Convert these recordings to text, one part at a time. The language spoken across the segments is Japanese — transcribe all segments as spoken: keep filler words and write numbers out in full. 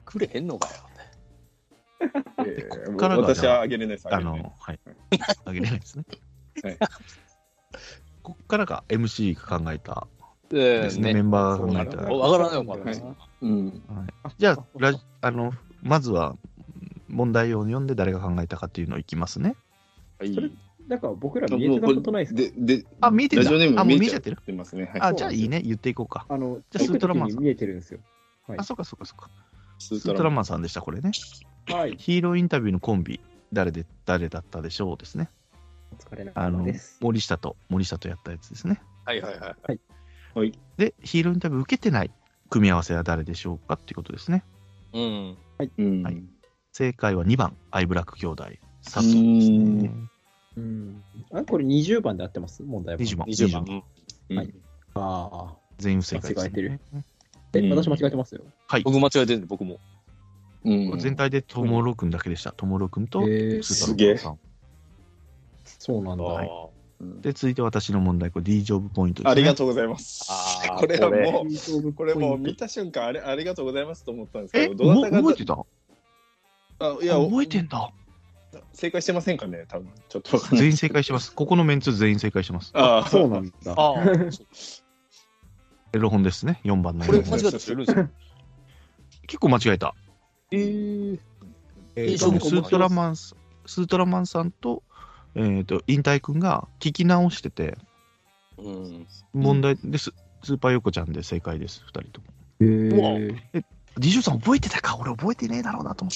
くれへんのかよ。 えー、ここからが私はあげれないです。 あの、はい。あげれないですね。はい。ここからが エムシー が考えたですね。えー、ねメンバーが考えた。 わからないわからない。 うん。はい、じゃあラジ、あの、まずは問題を読んで誰が考えたかっていうのをいきますね。 はい。なんか僕ら見えてたことないですか？ で、で、 あ、見えてる。あ、もう見えちゃってる。 ますね。はい、 あ、じゃあいいね。言っていこうか。 あの、 じゃあスートラマンさん。 見えてるんですよ。 はい、あ、そうかそうかそうか。スートラマンさんでした、これね。 はい。 ヒーローインタビューのコンビ、誰で、誰だったでしょうですね。 お疲れ様です。 あの、森下と、森下とやったやつですね。 はいはいはい。 はい。 はい、 で、ヒーローインタビュー受けてない組み合わせは誰でしょうかっていうことですね。 うん。 はい。 うん、 はい。正解はにばん、アイブラック兄弟、佐藤ですね。 うん。あ、これにじゅうばんで合ってます問題は。 にじゅうばん。 にじゅうばん。 うん、はい。ああ。 全員不正解です、ね。 間違えてる。え、私間違えてますよ。 はい。 僕間違えてるんで、僕も。 うん、全体でともろくんだけでした。ともろくんとスートラマンさん。 そうなんだ。 はい。で、続いて私の問題、これ D ジョブポイントです、ね。 ありがとうございます。これはもう、これもう見た瞬間あれ、ありがとうございますと思ったんですけど、 どなたが覚えてた？ あ、いや、 覚えてんだ。 正解してませんかね、多分。ちょっとわかんない。 全員正解してます。ここのメンツ全員正解してます。 ああ、そうなんだ。 ああ。 エロ本ですね、よんばんの。 これ間違ってるんですよ。 結構間違えた。 えー、 えー、スートラマン、スートラマンさんと、えーと、引退くんが聞き直してて、 うん、 問題です。スーパーヨコちゃんで正解です、ふたりとも。 へー。 え、ディジョーさん覚えてたか？俺覚えてねえだろうなと思って。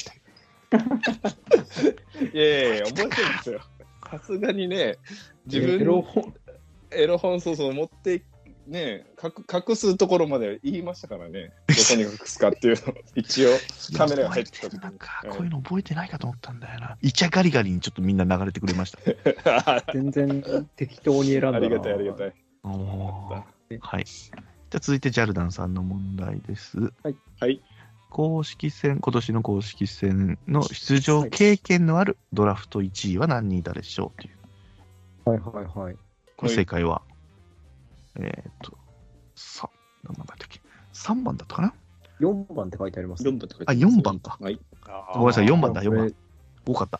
いやいやいや、覚えてるんですよ。さすがにね、自分エロ本、 エロ本そうそう持ってね、隠すところまで言いましたからね。どこに隠すかっていうのを一応カメラが入ってた時に。 なんかこういうの覚えてないかと思ったんだよな。イチャガリガリにちょっとみんな流れてくれました。 全然適当に選んだな。 ありがたいありがたい。 はい。じゃあ続いてジャルダンさんの問題です。 はい。 はい。 公式戦、今年の公式戦の出場経験のあるドラフトいちいは何人いたでしょうという。 はいはいはい。 これ正解は、はい、えっと、さ、何番だったっけ ?さんばんだったかな ? よんばんって書いてあります、 ね。よんばんって書いてあります。あ、よんばんか。 はい。 ごめんなさい、よんばんだ、よんばん。多かった。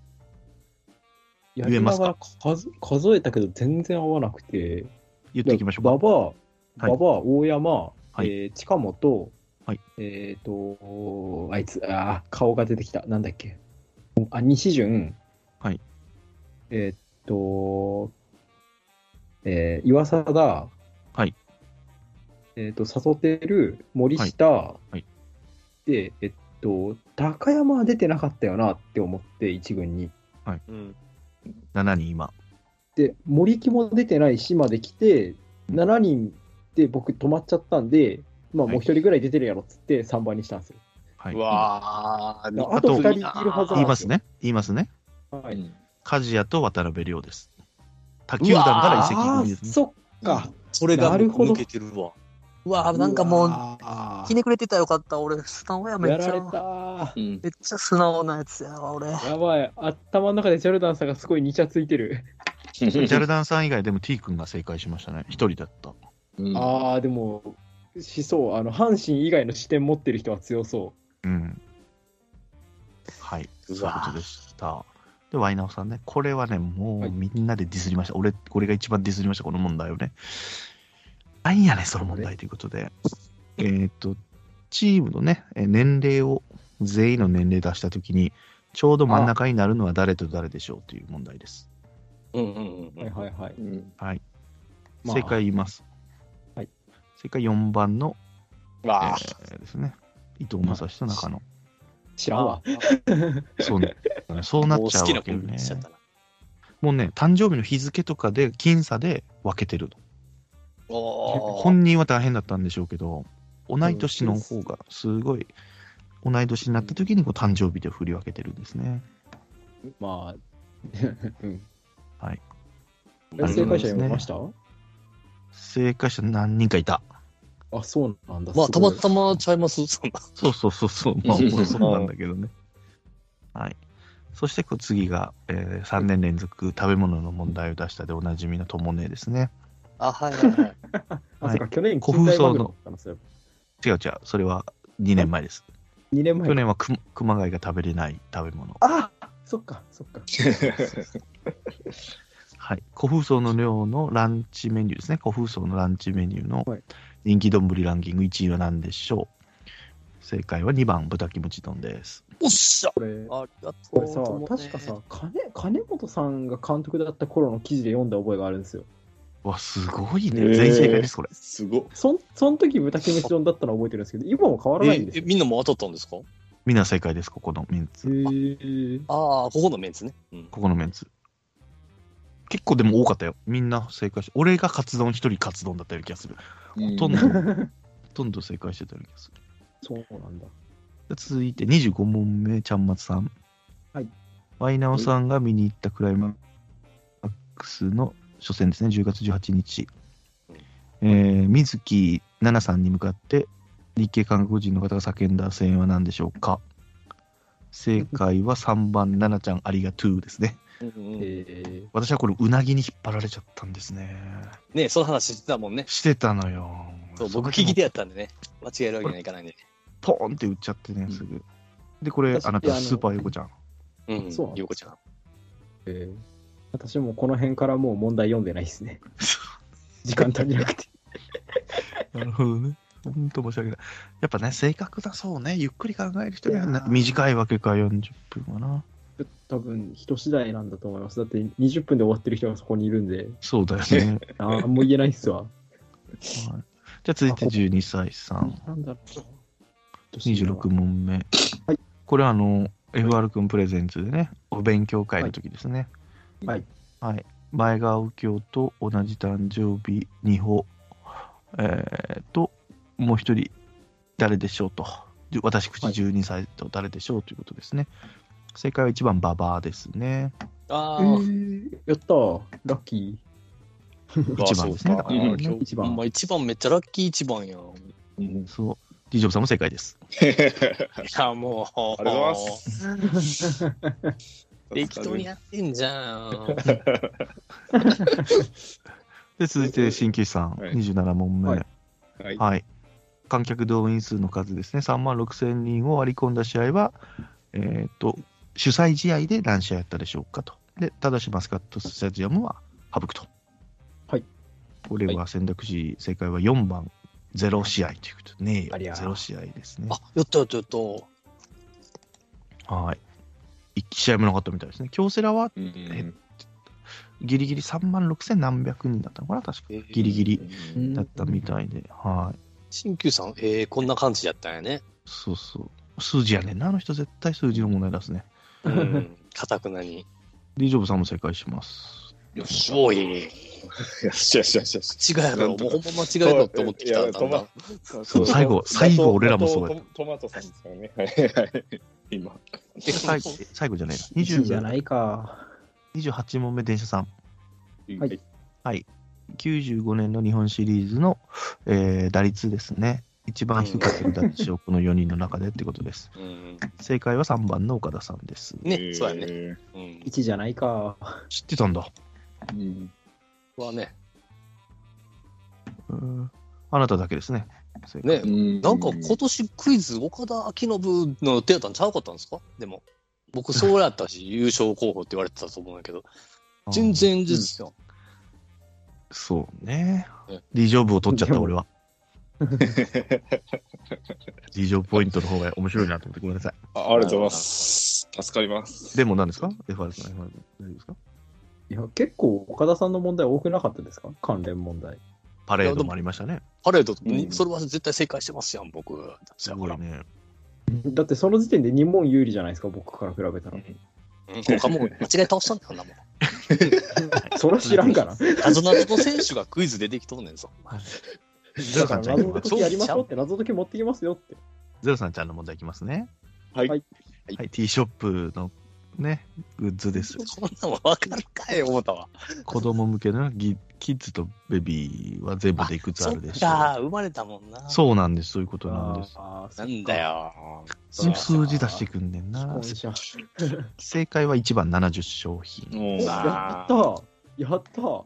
言えますか？ 数、数えたけど全然合わなくて。 言っていきましょうか。 ババア、ババア、大山、はい、えー、近本、 はい、 えっ、ー、と、あいつ、あ、顔が出てきた。なんだっけ。あ、西潤。 はい。 えっ、ー、と、えー、岩貞。 はい。 えっ、ー、と、誘ってる森下。 はい。はい、 で、えっと、高山は出てなかったよなって思って、一軍に。 はい。うん、しちにん今。 で、森木も出てないしまで来て、しちにんで僕止まっちゃったんで、まあもう一人ぐらい出てるやろっつってさんばんにしたんですよ。 はい。 うわー、 あとふたりいるはずなんですよ。 言いますね。言いますね。 はい。 梶谷と渡辺亮です。他球団から移籍組ですね。 そっか。 それが抜けてるわ。うわー、なんかもう、ひねくれてたらよかった。俺、素直やめっちゃ。 やられた。 めっちゃ素直なやつやわ、俺。 やばい。頭の中でジャルダンさんがすごいにちゃついてる。 ジャルダンさん以外でも T 君が正解しましたね。一人だった。 うん、ああ、でも、しそう。あの、阪神以外の視点持ってる人は強そう。 うん。はい。そういうことでした。で、ワイナオさんね。これはね、もうみんなでディスりました。はい、俺、これが一番ディスりました、この問題をね。なんやねん、その問題ということで。えっと、チームのね、年齢を、全員の年齢出したときに、ちょうど真ん中になるのは誰と誰でしょうという問題です。 うんうんうん。 はいはいはい。 はい。正解言います。 はい。 正解よんばんの、 わえー、ですね。伊藤正史と中野。 知らんわ。 そうね。そうなっちゃうわけよね。もうね、誕生日の日付とかで、僅差で分けてるの。本人は大変だったんでしょうけど、同い年の方がすごい、同い年になった時にこう誕生日で振り分けてるんですね。 まあ、うん。 はい。 正解者読みました？ 正解者何人かいた。 あ、そうなんだ。 まあ、たまたまちゃいますそんな。 そうそうそうそう。まあ、そうなんだけどね。はい。そしてこう次が、えー、さんねん連続食べ物の問題を出したでおなじみのともねですね。 あ、はいはいはい。 あ、そうか、去年、 古風荘の。違う違う、それはにねんまえです。 にねんまえ。 去年はく熊谷が食べれない食べ物。 あそっか、そっか。 はい。古風荘の寮のランチメニューですね。古風荘のランチメニューの人気丼ランキングいちいは何でしょう？正解はにばん、豚キムチ丼です。 おっしゃこれ、 ありがとこれさ、 う。 確かさ、金、金本さんが監督だった頃の記事で読んだ覚えがあるんですよ。 わ、すごいね。全員正解です、これ。 すごっ。 そん、その時豚キムチ丼だったのは覚えてるんですけど、今も変わらないんですえ、 よ。 みんなも当たったんですか？ みんな正解です、ここのメンツ。 へー。 ああ、ここのメンツね。うん、 ここのメンツ。結構でも多かったよ。みんな正解して。俺がカツ丼一人カツ丼だったような気がする。ほとんど、ほとんど正解してたような気がする。 そうなんだ。 続いてにじゅうごもんめ、ちゃんまつさん。 はい。 ワイナオさんが見に行ったクライマックスの初戦ですね、じゅうがつじゅうはちにち。えー、水木奈々さんに向かって日系韓国人の方が叫んだ声援は何でしょうか？正解はさんばん、奈々ちゃんありがとうですね。 うんうん、 えー、 私はこれうなぎに引っ張られちゃったんですね。 ねその話してたもんね。 してたのよ。 そう、僕聞き手やったんでね。間違えるわけにはいかないんでね。 ポーンって打っちゃってね、すぐ。で、これ、あなたスーパーヨコちゃん。 うん、 そう、 ヨコちゃん。 えー、私もこの辺からもう問題読んでないですね。時間足りなくて。 なるほどね。本当申し訳ない。やっぱね、正確だそうね。ゆっくり考える人にはな短いわけか、よんじゅっぷんはな。 多分、人次第なんだと思います。だってにじゅっぷんで終わってる人がそこにいるんで。 そうだよね。 あんも言えないっすわ。 はい、じゃあ続いてじゅうにさいさん。 なんだろう。にじゅうろくもんめ。 はい。 これはあの、エフアール 君プレゼンツでね、お勉強会の時ですね。 はい。 はい。前川右京と同じ誕生日、二歩、えー、と、もう一人、誰でしょうと。私、口じゅうにさいと誰でしょうということですね。正解はいちばん、ババアですね。 ああ、 えー、やったー。ラッキー。いちばんですね。だからね。 うん、いちばん。まあ、いちばんめっちゃラッキーいちばんや。 うん、そう。ディジョブさんも正解です。 いや、もう。 ありがとうございます。 適当にやってんじゃん。 で、続いて、新規さん、はい、にじゅうななもんめ。はい。 はいはい、観客動員数の数ですね、さんまんろくせんにんを割り込んだ試合は、えっと、主催試合で何試合やったでしょうかと。で、ただしマスカットスタジアムは省くと。 はい。 これは選択肢、正解はよんばん、ゼロ試合ということでねえよ、ゼロ試合ですね。 あ、やったやったやった。 はい。いち試合もなかったみたいですね。京セラは、うん、えギリギリさんまんろくせん何百人だったのかな、確か。ギリギリだったみたいで。はい。 新旧さん、えー、こんな感じやったんやね。 そうそう。数字やねんな、あの人絶対数字の問題出すね。 うん、かたくなに。 ディジョブさんも正解します。 よし、おい。 よしよしよしよし。 違うやろ、もうほんま間違えろって思ってきたんだ。 そう最後、最後俺らもそうやった。 トマトさんですからね。はいはい。今。 最後、最後じゃないな。 にじゅうじゃないか。 にじゅうはちもんめ、電車さん。 はい。 はい。きゅうじゅうごねんの日本シリーズの、えー、打率ですね。一番低かった打率をこのよにんの中でってことです。うん、正解はさんばんの岡田さんです。 ね、そうやね。 うん、いちじゃないか。 知ってたんだ。 うん。はね。 うん。あなただけですね。 ね、なんか今年クイズ岡田彰信の予定やったんちゃうかったんですか？でも僕そうやったし優勝候補って言われてたと思うんだけど全然ですよ、うん、 そうね。D ジョブを取っちゃった俺は。D ジョブポイントの方が面白いなと思ってごめんなさい。 あ、ありがとうございます。助かります。 でも何ですか？ エフアール さん、エフアール 大丈夫ですか？ いや結構岡田さんの問題多くなかったですか？関連問題。 パレードもありましたね。 パレード、うん、それは絶対正解してますやん、僕。 すごいね。 だってその時点でに問有利じゃないですか、僕から比べたら。 うん、他も間違え倒したんだもん。 それは知らんかな。 謎々の選手がクイズ出てきとんねんぞ。 ゼロさんちゃん謎解きやりましょうって、謎解き持ってきますよって。 ゼロさんちゃんの問題いきますね。 はい。 はい。はい、T ショップのね、グッズです。 こんなもん分かるかい、思ったわ。 子供向けのギキッズとベビーは全部でいくつあるでしょう。 そっか、生まれたもんな。 そうなんです、そういうことなんです。 なんだよ。 その数字出してくんねんな。正解はいちばんななじゅう商品。 やったやったはい。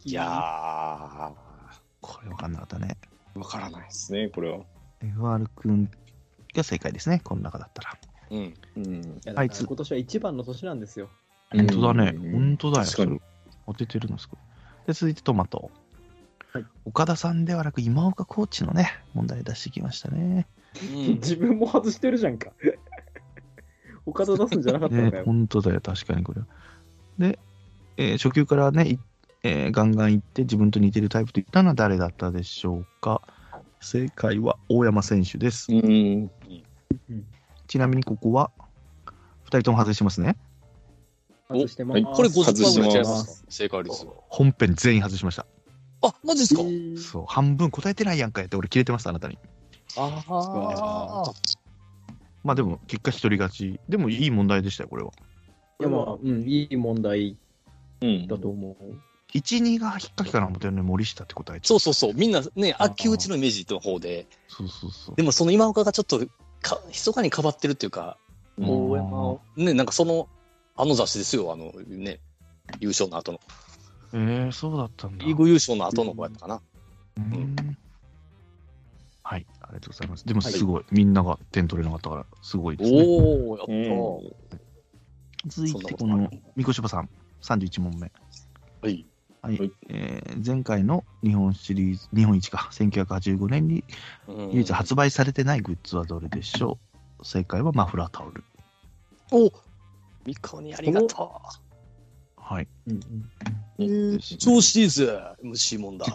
いやー。 これ分かんなかったね。 分からないですね、これは。 エフアール 君が正解ですね、この中だったら。 うん。 うん。 いやあいつ今年は一番の年なんですよ。 本当だね、 うん本当だよ。 確かに。 当ててるのすごい。で、続いてトマト。 はい岡田さんではなく今岡コーチのね、問題出してきましたね。 うん自分も外してるじゃんか。岡田出すんじゃなかったのかね、 よ。 本当だよ、確かにこれは。で、えー初級からね、いえーガンガンいって自分と似てるタイプといったのは誰だったでしょうか。正解は大山選手です。 うん。 うんちなみにここはふたりとも外してますね。 外してます。 はいこれごじゅっパーセントぐらい違い外しますか正解率。 本編全員外しました。 あ、マジっすかえーそう、半分答えてないやんかやって俺切れてますあなたに。 ああ。 まあでも結果一人勝ち。でもいい問題でしたよこれは。 いやまあ、うん、いい問題うん。 だと思う。 いち、にが引っかきかな思ったよね、森下って答えて。 そうそうそう。みんなね、 あー秋口のイメージの方で。 そうそうそう。 でもその今岡がちょっとか、密かにかばってるっていうか、 うん大山を、ね、なんかその、あの雑誌ですよ、あのね、優勝の後の。 えー、そうだったんだ。 リーグ優勝の後の子やったかな。 うんはい、ありがとうございます。でもすごい、みんなが点取れなかったから、すごいですね。 おおやったうんー。 続いて、こそんなの、みこしばさん、さんじゅういち問目。 はい。 はい、 はいえー前回の日本シリーズ、日本一か、せんきゅうひゃくはちじゅうごねんにうん唯一発売されてないグッズはどれでしょう。正解はマフラータオル。 お三河にありがとはい。 うんうんう。 ですね超シリーズ、エムシー 問題。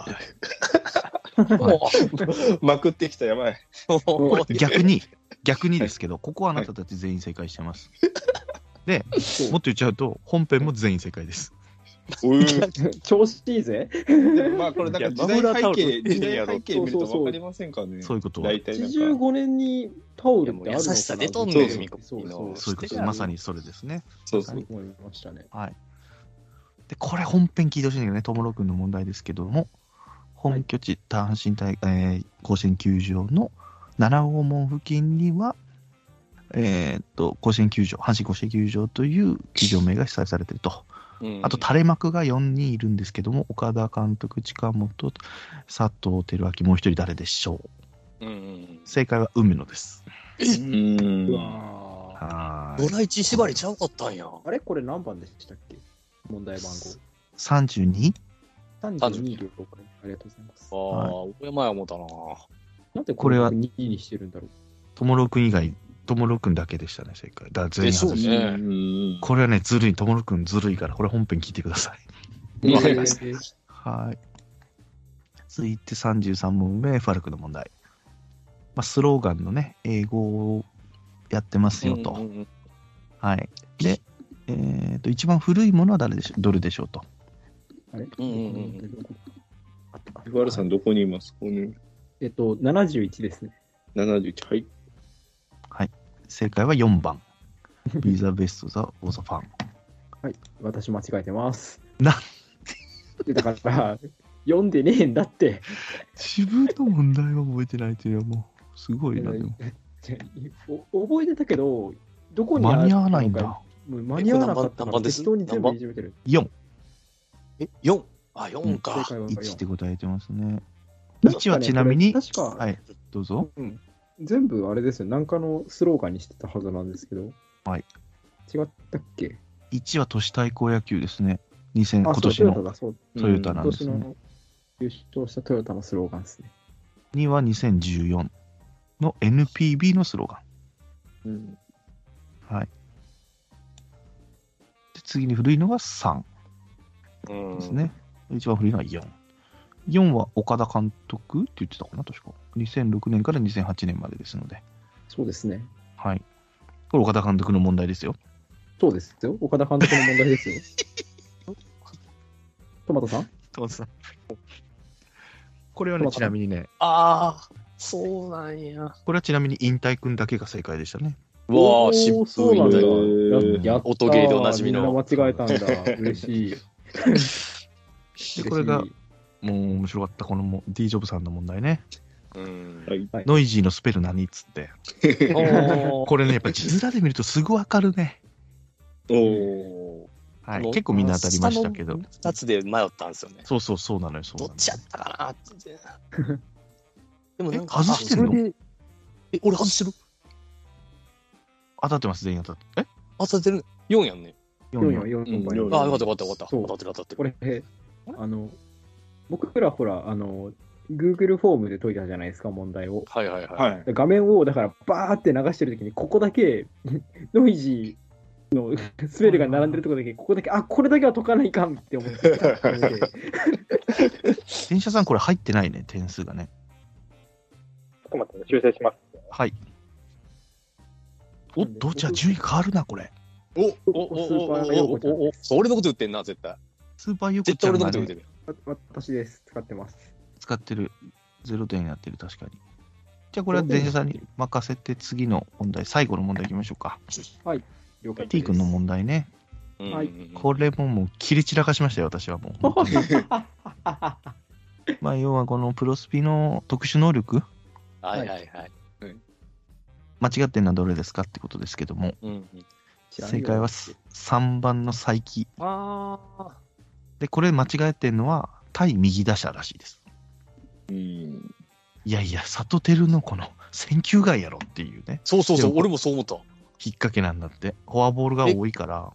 まくってきた、やばい。 おー逆に、逆にですけど、ここはあなたたち全員正解してます。で、もっと言っちゃうと、本編も全員正解です。 うー調子いいぜ。 でもまあこれなんいやか時代マフラータオル背景、時代やろ背景見ると分かりませんかね。 そういうことは。 大体なんか。 はちじゅうごねんにタオルってあるのかな。 いやもう優しさ出とんねんそうミコそうそうそういうことです。まさにそれですね。 そうそう。 思いましたね。 はい。で、これ本編聞いてほしいんだけどね、ともろくんの問題ですけども、本拠地、阪神大、えー甲子園球場のなな号門付近には、えーっと、甲子園球場、阪神甲子園球場という球場名が記載されていると。 うんあと、垂れ幕がよんにんいるんですけども、岡田監督、近本、佐藤輝明、もう一人誰でしょう。 うんうん正解は梅野です。 うー。 うんわーはドライチ縛りちゃうかったんや。 あれこれ何番でしたっけ問題番号。 さんじゅうに? さんじゅうに了解。ありがとうございますああ、。大山や思ったな。 なんでこれはににしてるんだろう。 ともろくん以外、ともろくんだけでしたね、正解。だから全員外しでしょうねうんこれはね、ずるい、ともろくんずるいから、これ本編聞いてください。 わかりました。 えーはい。続いてさんじゅうさん問目、ファルクの問題。まあ、スローガンのね、英語をやってますよと。 うんうんうんはい。で、えっ、と、一番古いものは誰でしょう、どれでしょうと。 あれうんうんうんあったフワルさんどこにいますこのえっと、ななじゅういちですね。 ななじゅういち。はい。 正解はよんばん。Be the best, the was a fan。 はい。私間違えてます。 なんでだから、読んでねえんだって。 自分の問題は覚えてないというのはもう、すごいな、でも。 お覚えてたけど、どこに間に合わないんあるのかだ。 もう間に合わなかったからえこれ何番です適当に全部いじめてる。 よん。 え、よん。あ、よんか。 正解はいちって答えてますね。 よんいちはちなみに、 確か、 はい、どうぞ。 うん、全部あれですよ。なんかのスローガンにしてたはずなんですけど。 はい。 違ったっけいちは都市対抗野球ですね。にせんあ、 今年のそうトヨタだ、そう。 トヨタ今なんですね。 年の優勝したトヨタのスローガンですね。 にはにせんじゅうよんの エヌピービー のスローガうん。 ン。はい。で次に古いのがさんうんですね。一番古いのはよん。よんは岡田監督って言ってたかな、確か。にせんろくねんからにせんはちねんまでですので。 そうですね。 はい。これ岡田監督の問題ですよ。 そうですよ。岡田監督の問題ですよ。トマトさんトマトさん。これはね、ちなみにね、 ああ、そうなんや。 これはちなみに引退君だけが正解でしたね。 うわあ、 おー渋そうなんだ。 いね。 ややったー音ゲーでおなじみのみんな間違えたんだ。嬉しい。 でこれが嬉しいもう面白かった、このも D ジョブさんの問題ね。 うん。 はい。 はいノイジーのスペル何っつって。 おこれね、やっぱ字面で見るとすぐわかるね。 おお。 はい。結構みんな当たりましたけど。 二つで迷ったんですよね。 そうそうそうなのよ、そうなのよどっちやったかなって。でもなんか、 え外してんのあそれでえ、俺外してる当たってます、全員当たって。え当たってる。よんやんね。 よんよんよん、よんばい。 うんああ、よかったよかったよかった。 そう当たってる当たってる。 これ、あの、僕らほら、あの、Google フォームで解いたじゃないですか、問題を。 はいはいはい。 はい。 画面を、だから、バーって流してるときに、ここだけ、ノイジーのスペルが並んでるところだけ、ここだけ、あ、これだけは解かないかんって思って、 電車さんこれ入ってないね、点数がね。 ちょっと待って、修正します。 はい。おっと、じゃあ順位変わるな、これ。 おおおスーパーおヨーコちゃんおおおそう俺のこと言ってんな、絶対。 スーパーユーコ絶対ちゃんが、ね俺のこと言って、る。 わ私です。使ってます。 使ってる。ゼロてんになってる、確かに。じゃあこれは電車さんに任せて、次の問題、最後の問題いきましょうか。 了解です。 T 君の問題ね。 うんはいこれももう切り散らかしましたよ、私はもう。本当にまあ、要はこのプロスピの特殊能力、 はいはいはい。 間違ってるのはどれですかってことですけども、 うんうん。 正解はさんばんの佐伯。 ああ。 で、これ間違えてるのは対右打者らしいです。 うん。 いやいや、佐藤輝のこの選球眼やろっていうね、 そうそうそう、 でも俺もそう思った。 引っ掛けなんだって。フォアボールが多いから。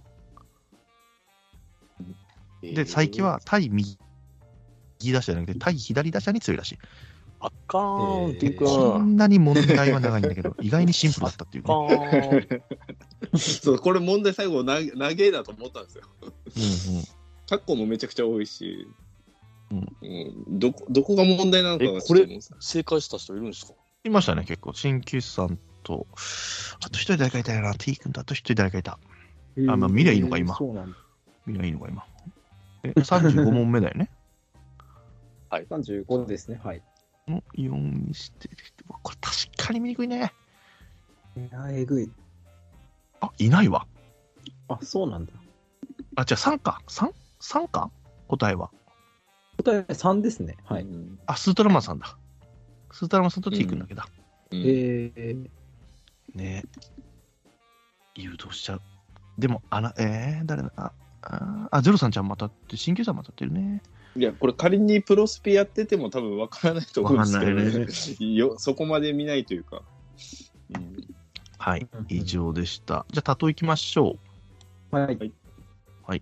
で、佐伯は対右打者じゃなくて対左打者に強いらしい。 あかーんっていうか、 こんなに問題は長いんだけど、意外にシンプルだったっていうあね。 ーそう、これ問題最後な長えだと思ったんですよ。 うんうん。 カッコもめちゃくちゃ多いし、 うんうんどこどこが問題なのかえがちょっと思うんですよ正解した人いるんですか？ いましたね、結構。鍼灸師さんと、あと一人誰かいたよな。T 君とあと一人誰かいた。あまあ見りゃいいのか今そうなんだ。 みんないいのか、今。え、さんじゅうご問目だよね。 さんじゅうごですね。はい。 のよんにしてる人は、これ確かに見にくいね。 いや、えぐい。 あ、いないわ。 あ、そうなんだ。 あ、じゃあさんか。さん?さん か答えは。 答えさんですね。はい。 うんあ、スートラマンさんだ。スートラマンさんと T 君だけだ。 うんえー、 ねえ。誘導しちゃう。でも、あら、えー、誰だあ、あ、あゼロさんちゃんまたって、新旧さんまたってるね。 いや、これ仮にプロスピやってても多分わからないと思うんですけどわかんないね。よそこまで見ないというか。うんはいうんうん。 以上でした。じゃあ、例えいきましょう。 はい。 例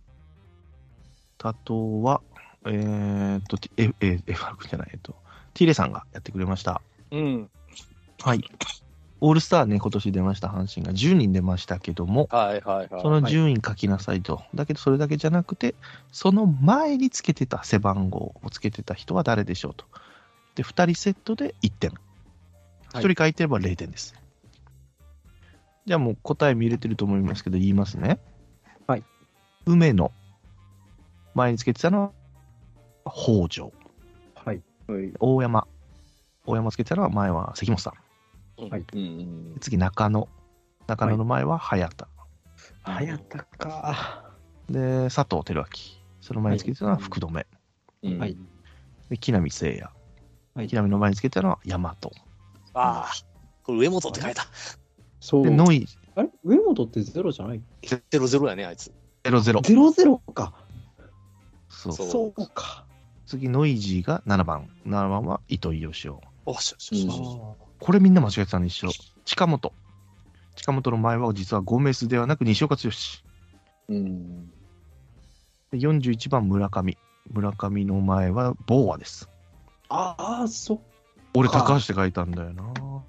えは、えーっと、T- F、F、F 君じゃない、えっと、T レさんがやってくれました。 うん。 はい。オールスターね、今年出ました阪神がじゅうにん出ましたけども、 はいはいはい。 その順位書きなさいと。だけどそれだけじゃなくて、その前につけてた背番号をつけてた人は誰でしょうと。で、ふたりセットでいってん。ひとり書いてればれいてんです。じゃあもう答え見れてると思いますけど、言いますね。 はい。 梅野。前につけてたのは北条。 はい。 はい大山。大山つけてたのは前は関本さん。 はい。 うん次中野。中野の前は早田。 はやったか。 で、佐藤輝明。その前につけてたのは福留。 うんはいで、木浪聖也。 はい木浪の前につけてたのは大和。 ああ、これ上本って書いた。 そう。 で、ノイあれ上本ってゼロじゃないゼロゼロやね、あいつ。 ゼロゼロ。 ゼロゼロか。 そう。 そうそうか。 次、ノイジーがななばん。ななばんは糸井義雄。 おしよしよしよしよし。 これみんな間違えてたの一緒。近本。近本の前は実はゴメスではなく西岡剛。 うんでよんじゅういちばん村上。村上の前はボーアです。 ああ、そっ俺、 か高橋って書いたんだよな。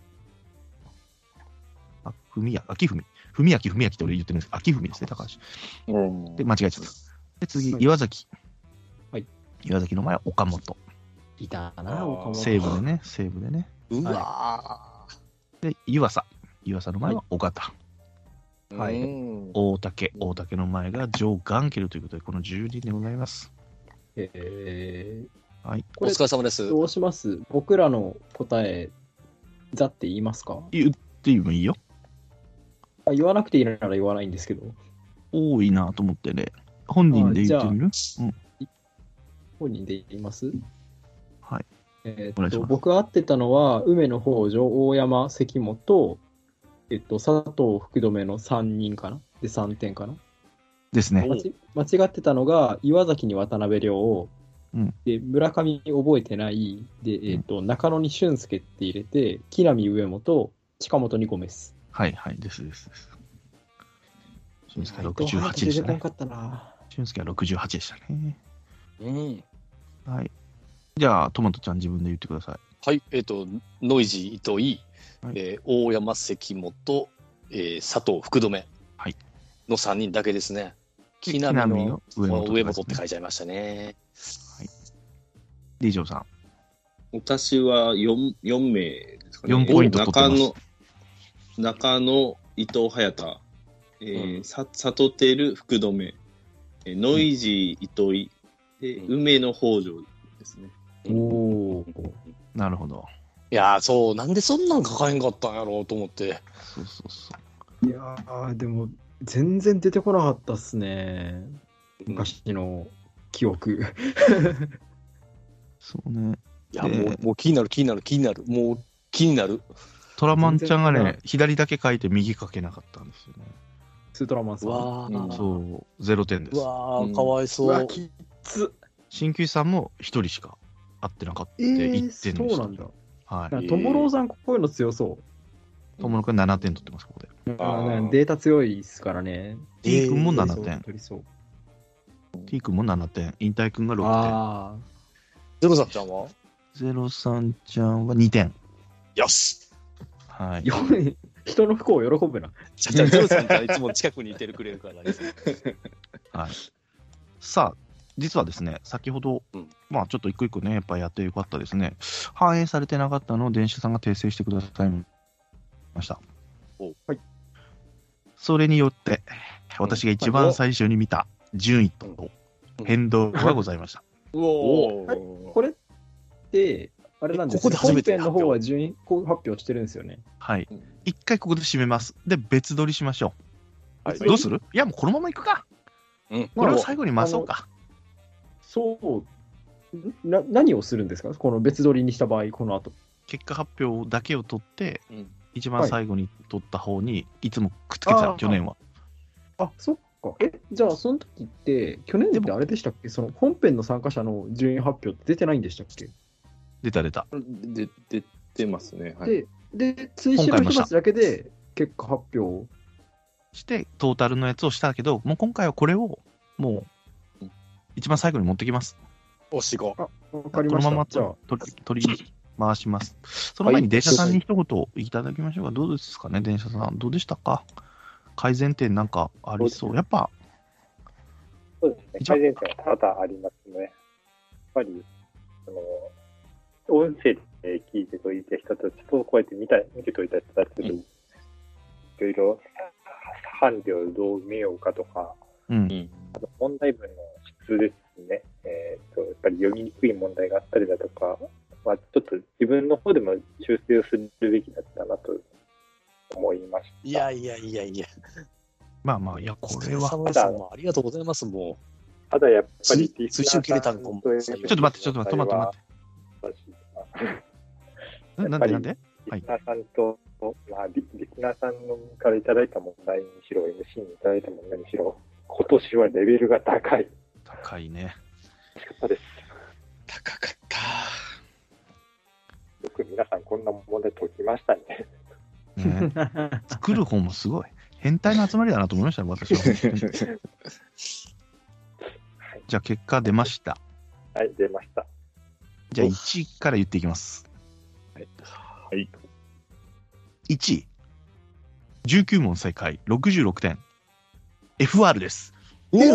あ、文明、秋文。文明、文明って俺言ってるんですけど、秋文ですね、高橋。 うんで、間違えちゃった。で、次、 はい岩崎。 はい。 岩崎の前は岡本。 いたな、岡本。 西武でね、西武でね。 うわで、湯浅。湯浅の前は尾形。 ー。 はいうん大竹。大竹の前がジョー・ガンケルということで、このじゅうにんでございます。 えはい。 お疲れ様ですー、。どうします僕らの答え、ざって言いますか言ってもいいよ。 あ言わなくていいなら言わないんですけど、 多いなと思ってね。本人で言ってみる本人で言いますはい。 えお願いしますーっと、僕会ってたのは、梅野北条、大山、関本、えっと、佐藤、福留のさんにんかなで、さんてんかなですね。 間ち間違ってたのが、岩崎に渡辺亮、 うんで村上に覚えてない、で、えっと中野に俊介って入れて、木浪上本、近本にゴメス。 はいはい、ですですです。俊介はろくじゅうはち出でしてたね。 こんかったな。 俊介はろくじゅうはちでしたね。 うん。 はい。じゃあ、トマトちゃん自分で言ってください。 はい、えっ、と、ノイジー糸井、 はいえー大山関本、えー佐藤福留はいのさんにんだけですね。木木南の南を上本上本って書いちゃいましたね。 ディジョーさん。 私は 4, 4名ですかね。 よんポイント取ってます中野、中野、伊藤隼太、えーうんさ里照、福留、えーノイジー、糸井、で、 うん梅野、北条ですね。 おお。 なるほど。 いやー、そう、なんでそんなん書かへんかったんやろうと思って。 そうそうそう。 いやー、でも、全然出てこなかったっすね。昔の記憶。 そうね。 いや、 えーもう、もう気になる、気になる、気になる。もう気になる。 トラマンちゃんが全然ね、左だけ書いて右書けなかったんですよね。 スートラマンさん。 わー、 うんそう、ゼロてんです。 うわー、 うんかわいそう。 うわ、きっつ。 鍼灸師さんもひとりしか会ってなかった。 えいー、 ってんそうでした。 なんだ。 はい。 なんかトモローさん、こういうの強そともろくんななてん取ってます、ここで。 う。 あーあーデータ強いっすからね。 T 君もえーななてん。 取りそう。 T 君もななてん。引退君がろくてん。 あゼロさんちゃんはゼロさんちゃんはにてん。 よし。 はあ。 い。 よ人の不幸を喜ぶな。 じゃあ、ゼロさんちゃんいつも近くにいてるくれるからですね。 はい。さあ、実はですね、先ほど、 うんまあちょっと一個一個ね、やっぱやってよかったですね。反映されてなかったのを電車さんが訂正してくださいました。 おはい。 それによって、私が一番最初に見た順位と変動がございました。 うおーこれって、あれなんですね。 ここで初めて本編の方は順位発表してるんですよね。 はいうん。 一回ここで締めます。で、別撮りしましょはい。 う。どうするいや、もうこのままいくか。 うん。 これを最後に回そうか。 そう、な何をするんですかこの別撮りにした場合、この後。 結果発表だけを取って、 うん一番最後に取った方にいつもくっつけてた、 あー去年は。 あ、そっか。え、じゃあその時って、去年ってあれでしたっけその本編の参加者の順位発表って出てないんでしたっけ、 出た出た。 で、出てますね。はい。 で、で、追試の人たちだけで結果発表。 して、トータルのやつをしたけど、もう今回はこれを、もう、一番最後に持ってきます。 おしご。 あ、わかりました。 このままじゃあ、 取り取り回します。その前に電車さんに一言いただきましょうか。どうですかね、電車さん。どうでしたか改善点なんかありそう。やっぱ、 そうですね。 一応改善点は多々ありますね。やっぱり、あの、音声で聞いてといた人たちと、こうやって見た見てといた人たちで、いろいろ、伴侶をどう見ようかとか、 うん。 あと問題文の質ですね。えっ、と、やっぱり読みにくい問題があったりだとか、まあ、ちょっと自分の方でも修正をするべきだったなと思いました。 いやいやいやいや。 まあまあ、いや、これは。 お疲れ様ですもうありがとうございます、もただやっぱりつ通信切れたんかもリスちょっと待って、ちょっと待って、トマト待って。ななんでなんでリスナーさんと、まあリ、リスナーさんからいただいた問題にしろ、エムシー にいただいた問題にしろ、今年はレベルが高い。 高いね。 楽しかったです。 高かった。 よく皆さんこんな問題解きましたね。 ね作る方もすごい。変態の集まりだなと思いましたよ、私は。じゃあ、結果出ました。 はい、出ました。 じゃあ、いちいから言っていきます。 はい。 いちい、じゅうきゅう問正解、ろくじゅうろくてん。エフアール です。 おお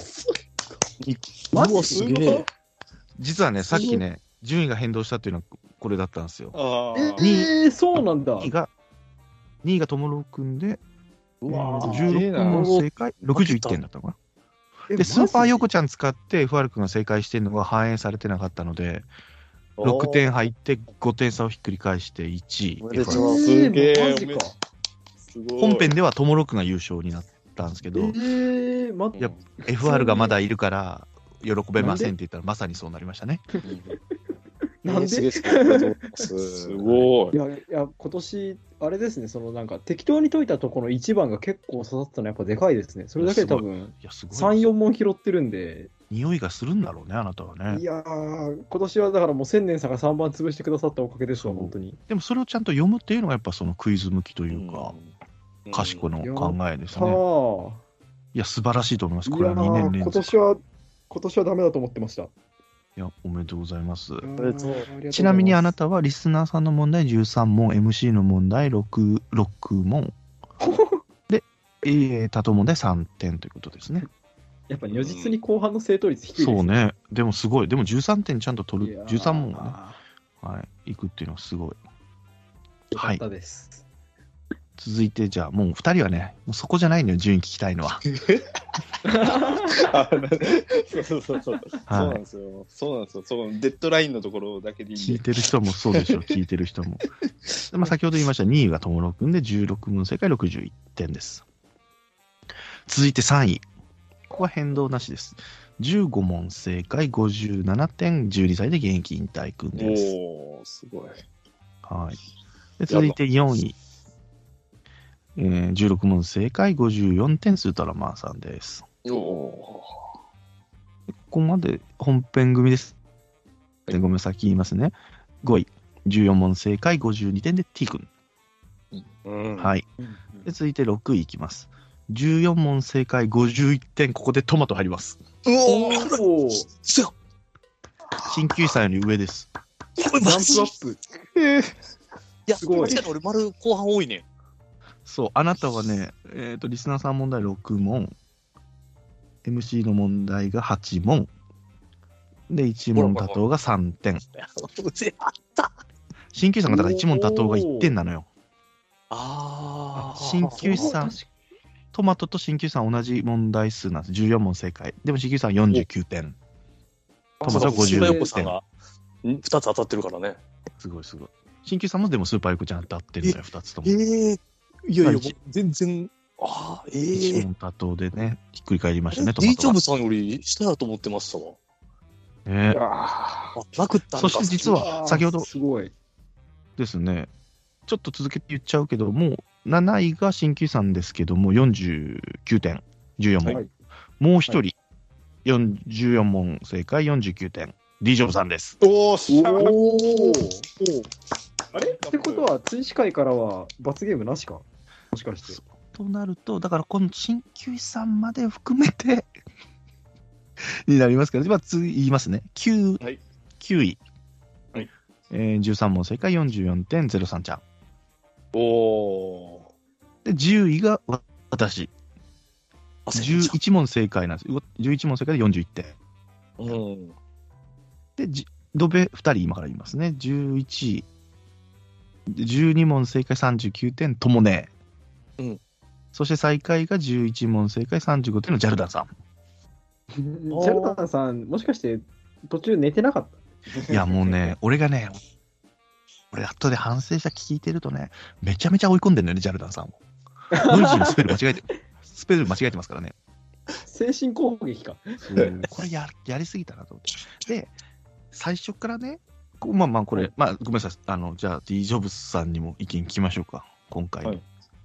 マジうわ、すげえ。 実はね、さっきね、順位が変動したっていうのはこれだったんですよ。 あえーー、そうなんだ。 にいが、にいがともろくんで、 うわーじゅうろく問正解、ろくじゅういってんだったのかな。で、スーパーヨコちゃん使って エフアール 君が正解してるのが反映されてなかったので、ろくてん入ってごてん差をひっくり返していちい。 おめでとうエフアールすげえマジか。 すごい。 本編ではともろくんが優勝になったんですけえど、 ー、待って。 いや エフアール がまだいるから喜べませんって言ったらまさにそうなりましたね。 なんですげえすげえありがとうございますすごいい。や、いや、今年、あれですね、そのなんか、適当に解いたところのいちばんが結構刺さったのはやっぱでかいですね。それだけで多分、 いや、すごい。 さん、よん問拾ってるんで、 匂いがするんだろうね、あなたはいね。 やー、今年はだからもう千年さんがさんばん潰してくださったおかげですわ、 そう本当に。 でもそれをちゃんと読むっていうのがやっぱそのクイズ向きというか、 賢の考えですね。 はあ。 いや、素晴らしいと思います。 いこれはにねんやー、 連続。 今年は、今年はダメだと思ってました。 いや、おめでとうございます。 うちなみにあなた、 たはリスナーさんの問題じゅうさん問、エムシー の問題 6, 6問。で、えー、多答問題さんてんということですね。 やっぱ如実に後半の正答率低いですそうね。でもすごい。でもじゅうさんてんちゃんと取る。 いやーじゅうさん問がね、はい、いくっていうのはすごい。 よかったです。 続いて、じゃあ、もうふたりはね、もうそこじゃないのよ、順位聞きたいのは。 あそうそうそうそう。 はいそうなんですよ。そうなんですよ。そのデッドラインのところだけでいいんで。 聞いてる人もそうでしょう、聞いてる人も。でまあ、先ほど言いましたにいが友野くんでじゅうろく問正解ろくじゅういってんです。続いてさんい。ここは変動なしです。じゅうご問正解ごじゅうななてん、じゅうにさいで現役引退くんです。 おー、すごい。 はい。で続いてよんい。えー、じゅうろく問正解ごじゅうよんてん、スートラマーさんです。 おここまで本編組です。ごめんなさい、先言いますね。ごい。じゅうよん問正解ごじゅうにてんで T 君。 うん。 はい。で続いてろくいいきます。じゅうよん問正解ごじゅういってん、ここでトマト入ります。 うおーおお、 すご鍼灸師さんより上です。 いこれジャマジンプアップ。 いや、 すごい確かに俺丸後半多いね。 そう、あなたはね、えっ、と、リスナーさん問題ろく問、エムシー の問題がはち問、で、いち問多答がさんてん。 うぜあった。 鍼灸師さんがだからいち問多答がいってんなのよ。 ああ。 鍼灸師さん、トマトと鍼灸師さん同じ問題数なんです。じゅうよん問正解。でも鍼灸師さんよんじゅうきゅうてん。トマトはごじゅうスーパーヨてん。 コさんがふたつ当たってるからね。 すごいすごい。鍼灸師さんもでもスーパーヨコちゃん当たってるのよ、ふたつとも。 ええいやいや、 一全然、ああ、えいちえ問多答でね、ひっくり返りましたね、トマディートは。 チョブさんより下やと思ってましたわ。 ねああ、なくったんか。 そして実は、先ほどすごい。 ですね、ちょっと続けて言っちゃうけど、もうなないが鍼灸師さんですけども、よんじゅうきゅうてん、じゅうよん問。 はいもう一人、よんじゅうよん問正解よんじゅうきゅうてん、D ジョブさんです。 おー、しゃおお。 あれってことは、追試会からは罰ゲームなしかもしかして。 となると、だからこの鍼灸師さんまで含めてになりますから、まあ、次言いますね。きゅう、 はい、 きゅうい。 はいえー、じゅうさん問正解よんじゅうよんてんゼロさんちゃん。 おー。 で、じゅういが私。 あじゅういち問正解なんです。じゅういち問正解でよんじゅういってん。 うん。 で、じドベふたり今から言いますね。じゅういち、じゅうに問正解さんじゅうきゅうてん、ともね。 うん。 そして最下位がじゅういち問正解さんじゅうごてんのジャルダンさん。 ジャルダンさん、もしかして途中寝てなかったいや、もうね、俺がね、俺、後で反省した聞いてるとね、めちゃめちゃ追い込んでるのよね、ジャルダンさんを。ノイジーのスペル間違えて、スペル間違えてますからね。 精神攻撃か。 そうこれややりすぎたなと思って。で、最初からね、こまあまあ、これ、まあ、ごめんなさい、あの、じゃあ、D ジョブスさんにも意見聞きましょうか、今回の。 はい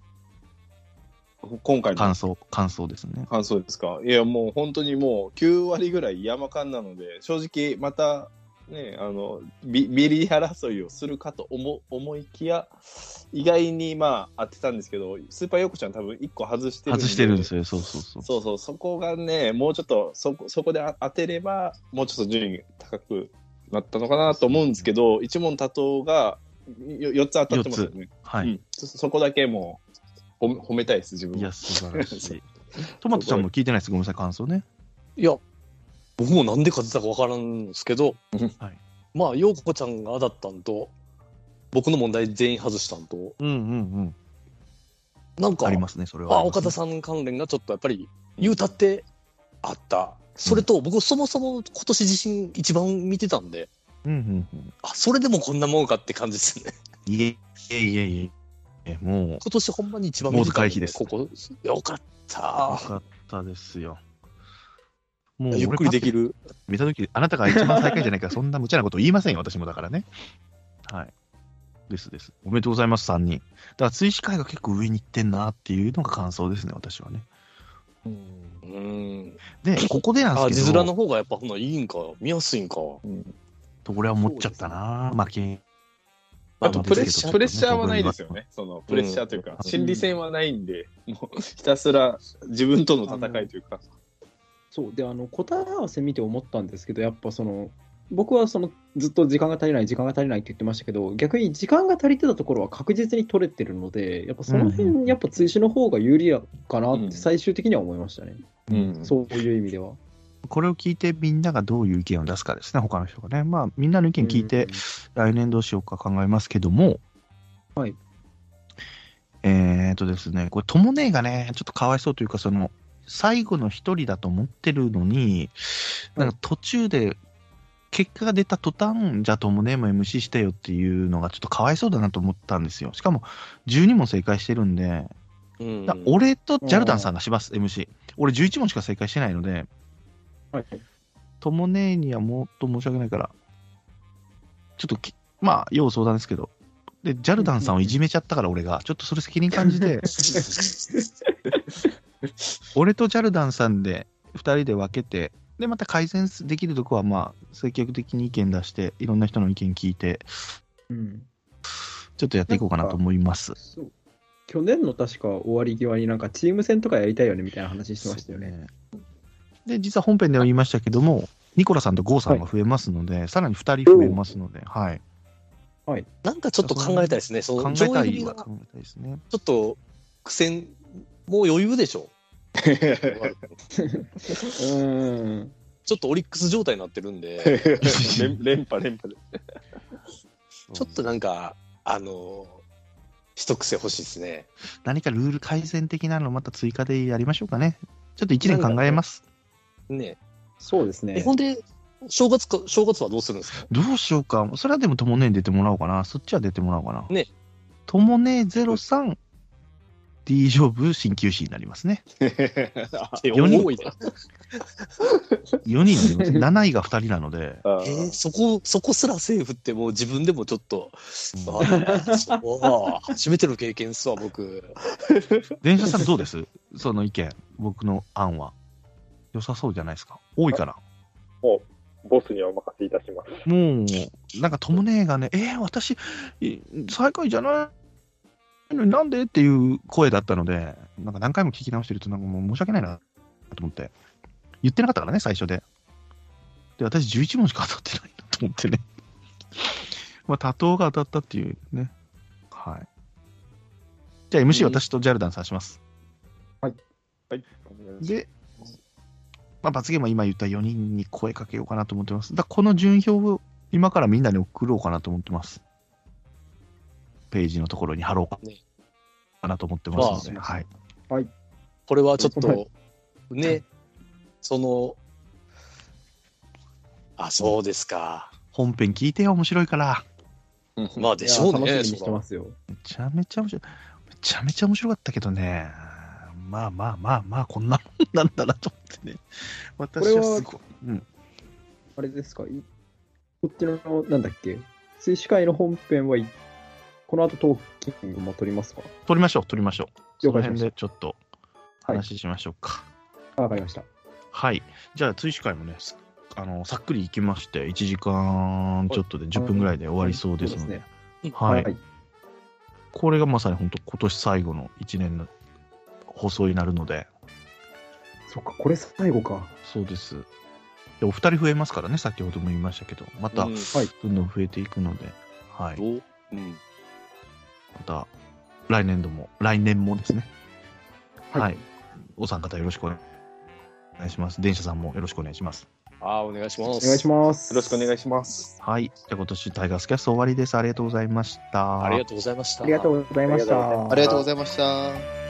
今回の感想、感想ですね。 感想ですか。いや、もう本当にもうきゅう割ぐらい山間なので、正直またね、あの、ビビリ争いをするかと思思いきや、意外にまあ当てたんですけど、スーパーヨコちゃん多分いっこ外してるんで。 外してるんですよ、そうそうそう。 そうそう、そこがね、もうちょっとそこ、そこで当てれば、もうちょっと順位高くなったのかなと思うんですけど、一問多答がよよっつ当たってますよね。 はい、 うんそ。そこだけもう褒め褒めたいです、自分は。 いや、素晴らしい。トマトちゃんも聞いてないです、ごめんなさい、感想ね。 いや、僕もなんで勝てたかわからんですけど、 はい、 まあ、陽子ちゃんが当たったんと、僕の問題全員外したんと、 うんうんうん。 なんか、 ありますね、それは。 あ、岡田さん関連がちょっとやっぱり言うたってあった。それと、僕そもそも今年自身一番見てたんで、 うんうんうん。 あ、それでもこんなもんかって感じですね。 いえいえいえいえ、もう、 今年ほんまに一番見てたんモーズ回避ですここ、よかっよた。 かったですよ。もうゆっくりできる。 る。 見たとき、あなたが一番最下位じゃないから、そんな無茶なこと言いませんよ、私もだからね。はい。ですです。おめでとうございます、さんにん。だから、追試会が結構上に行ってんなっていうのが感想ですね、私はね。 うん。 で、ここでなんあ、 ですけど、 字面の方がやっぱほないいんか、見やすいんか。 うんと俺は思っちゃったな、負け。 あとプレッシャー、プレッシャーはないですよ。 よね。そのプレッシャーというか、心理戦はないんで、もうひたすら自分との戦いというか。 そうで、あの答え合わせ見て思ったんですけど、やっぱその僕はそのずっと時間が足りない時間が足りないって言ってましたけど、逆に時間が足りてたところは確実に取れてるので、やっぱその辺、 うんうんやっぱ追試の方が有利やかなっうんて最終的には思いましたね、 うんそういう意味では。 これを聞いてみんながどういう意見を出すかですね、他の人がね。まあ、みんなの意見聞いて、来年どうしようか考えますけども、 はい。 えーっとですね、これ、ともねえがね、ちょっとかわいそうというか、その、最後の一人だと思ってるのに、なんか途中で、結果が出た途端、じゃあともねえも エムシー してよっていうのがちょっとかわいそうだなと思ったんですよ。しかも、じゅうに問正解してるんで、 うんだ俺とジャルダンさんがします、エムシー。俺じゅういち問しか正解してないので、 はい。 ともねえにはもっと申し訳ないから、ちょっとき、まあ、要相談ですけど、で、ジャルダンさんをいじめちゃったから俺が、ちょっとそれ責任感じて、俺とジャルダンさんでふたりで分けて、で、また改善できるとこは、まあ、積極的に意見出して、いろんな人の意見聞いて、 うん、 ちょっとやっていこうかなと思います。 そう去年の確か終わり際になんかチーム戦とかやりたいよねみたいな話してましたよね。 で、実は本編では言いましたけども、ニコラさんとゴーさんが増えますので、さらにふたり増えますので、はい。 なんかちょっと考えたいですね。そ考のえたい上位組がは考えたいですね。 ちょっと苦戦、もう余裕でしょ。 うん。 ちょっとオリックス状態になってるんで、 連連覇連覇で。 ちょっとなんか、あの、一癖欲しいですね。 何かルール改善的なのをまた追加でやりましょうかね。ちょっといちねん考えます。 ねえ、 そうですね。 ほんで、正月か、正月はどうするんですか？ どうしようか。それはでもともねえに出てもらおうかな。そっちは出てもらおうかな。 ね。 ともねえゼロさん、D ジョブ鍼灸師になりますね。よにん多いな。 よにんになります。なないがふたりなので。 あえー、そこ、そこすらセーフってもう自分でもちょっと、あそう初めての経験っすわ、僕。 電車さんどうですその意見。僕の案は。良さそうじゃないですか。多いかな。 もう、ボスにはお任せいたします。 もう、なんかともねえがね、えー、私、い最下位じゃないのになんでっていう声だったので、なんか何回も聞き直してると、なんかもう申し訳ないなと思って。言ってなかったからね、最初で。で、私じゅういち問しか当たってないなと思ってね。まあ、多頭が当たったっていうね。はい。じゃあ エムシー 私とジャルダンさんします。 はい。 で、まあ、罰ゲームは今言ったよにんに声かけようかなと思ってます。だからこの順位表を今からみんなに送ろうかなと思ってます。ページのところに貼ろうかなと思ってますので、はい。 これはちょっと、 はいね、その、あ、そうですか。 本編聞いてよ、面白いから。 まあでしょうね。 いや楽しみにしてそらますよ。 めちゃめちゃ面白い。めちゃめちゃ面白かったけどね。まあまあまあまあ、こんなもんなんだなと思ってね。私はすごい。うん。 あれですかいこっちの、なんだっけ水死会の本編はいこの後トーキングも取りますか？ 撮りましょう、撮りましょう。その辺了解しましたでちょっと話しましょうか。 あわかりました。 はい。じゃあ、追試会もね、すあの、さっくり行きまして、いちじかんちょっとでじゅっぷんぐらいで終わりそうですので。 そうはい。 はい。 これがまさに本当今年最後のいちねんの放送になるので、 そっか、これ最後か。 そうです。でお二人増えますからね、先ほども言いましたけど、またうんどんどん増えていくので、はい。 どううん。 また来年度も、来年もですね、 はいはい。お三方よろしくお願いします。電車さんもよろしくお願いします。 ああ、お願いします。 お願いします。 よろしくお願いします。 はい。じゃあ今年タイガースキャスト終わりです。ありがとうございました。 ありがとうございました。 ありがとうございました。 ありがとうございますありがとうございました。